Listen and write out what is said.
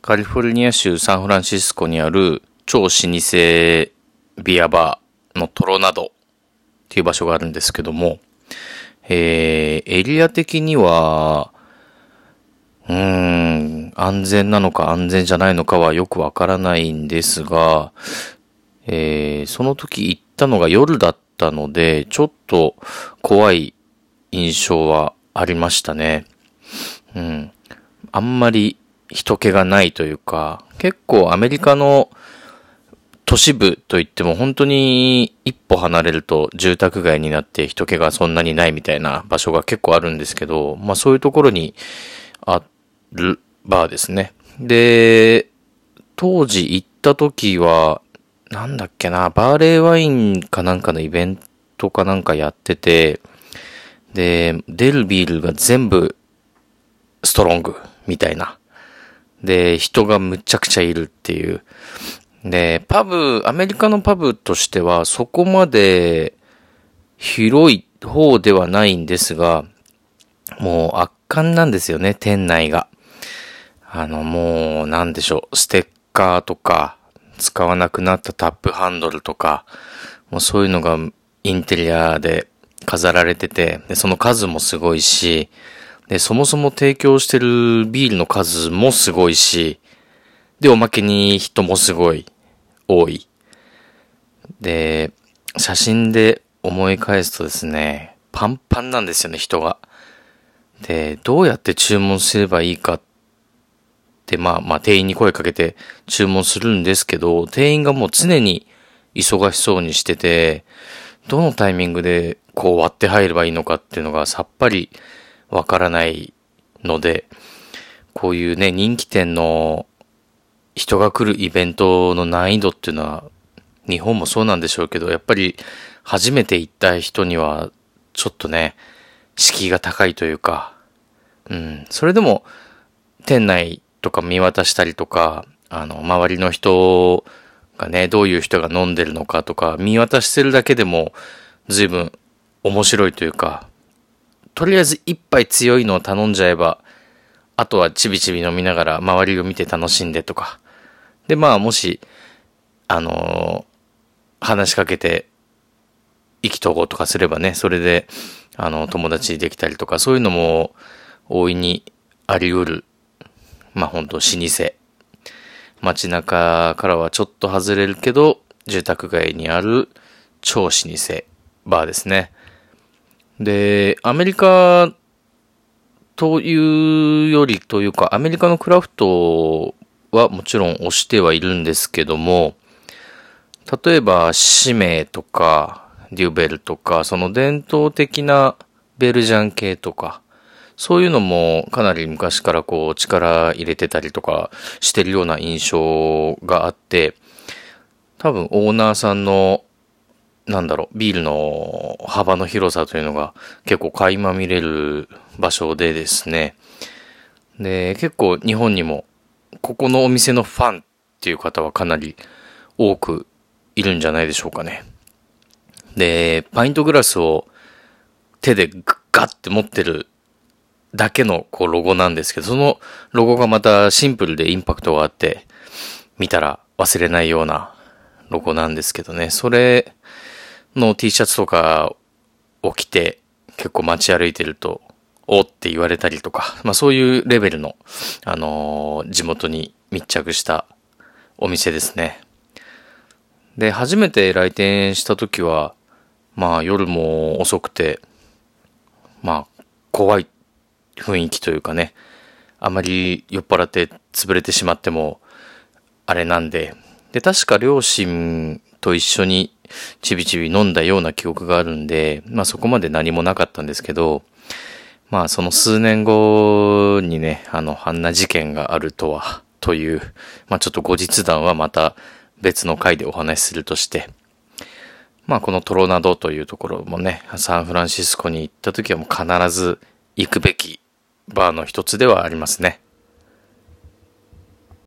カリフォルニア州サンフランシスコにある超老舗ビアバーのトロナドっていう場所があるんですけども、エリア的には、安全なのか安全じゃないのかはよくわからないんですが、その時行ったのが夜だったので、ちょっと怖い印象はありましたね。あんまり人気がないというか、結構アメリカの都市部といっても本当に一歩離れると住宅街になって人気がそんなにないみたいな場所が結構あるんですけど、そういうところにあるバーですね。で、当時行った時は、なんだっけな、バーレーワインかなんかのイベントかなんかやってて、で、出るビールが全部ストロングみたいな。で、人がむちゃくちゃいるっていう。で、アメリカのパブとしてはそこまで広い方ではないんですが、もう圧巻なんですよね、店内が。もう、なんでしょう、ステッカーとか、使わなくなったタップハンドルとか、もうそういうのがインテリアで飾られてて、で、その数もすごいし、で、そもそも提供してるビールの数もすごいし、で、おまけに人もすごい多い。で、写真で思い返すとですね、パンパンなんですよね、人が。で、どうやって注文すればいいかって、店員に声かけて注文するんですけど、店員がもう常に忙しそうにしてて、どのタイミングでこう割って入ればいいのかっていうのがさっぱりわからないので、こういうね、人気店の人が来るイベントの難易度っていうのは、日本もそうなんでしょうけど、やっぱり初めて行った人には、ちょっとね、敷居が高いというか、それでも、店内とか見渡したりとか、周りの人がね、どういう人が飲んでるのかとか、見渡してるだけでも、随分面白いというか、とりあえず一杯強いのを頼んじゃえば、あとはちびちび飲みながら周りを見て楽しんでとか。で、もし、話しかけて意気投合とかすればね、それで、友達できたりとか、そういうのも大いにあり得る。本当老舗。街中からはちょっと外れるけど、住宅街にある超老舗バーですね。で、アメリカというよりというか、アメリカのクラフトはもちろん推してはいるんですけども、例えば、シメとか、デュベルとか、その伝統的なベルジャン系とか、そういうのもかなり昔からこう力入れてたりとかしてるような印象があって、多分オーナーさんの、ビールの幅の広さというのが結構垣間見れる場所でですね。で、結構日本にもここのお店のファンっていう方はかなり多くいるんじゃないでしょうかね。で、パイントグラスを手でガッて持ってるだけのこうロゴなんですけど、そのロゴがまたシンプルでインパクトがあって、見たら忘れないようなロゴなんですけどね。それの T シャツとかを着て結構街歩いてると、おって言われたりとか、そういうレベルの、地元に密着したお店ですね。で、初めて来店した時は、夜も遅くて、怖い雰囲気というかね、あまり酔っ払って潰れてしまっても、あれなんで、で、確か両親と一緒にちびちび飲んだような記憶があるんで、そこまで何もなかったんですけど、その数年後にね、あんな事件があるとは、という、ちょっと後日談はまた別の回でお話しするとして、このトロナドというところもね、サンフランシスコに行った時はもう必ず行くべきバーの一つではありますね。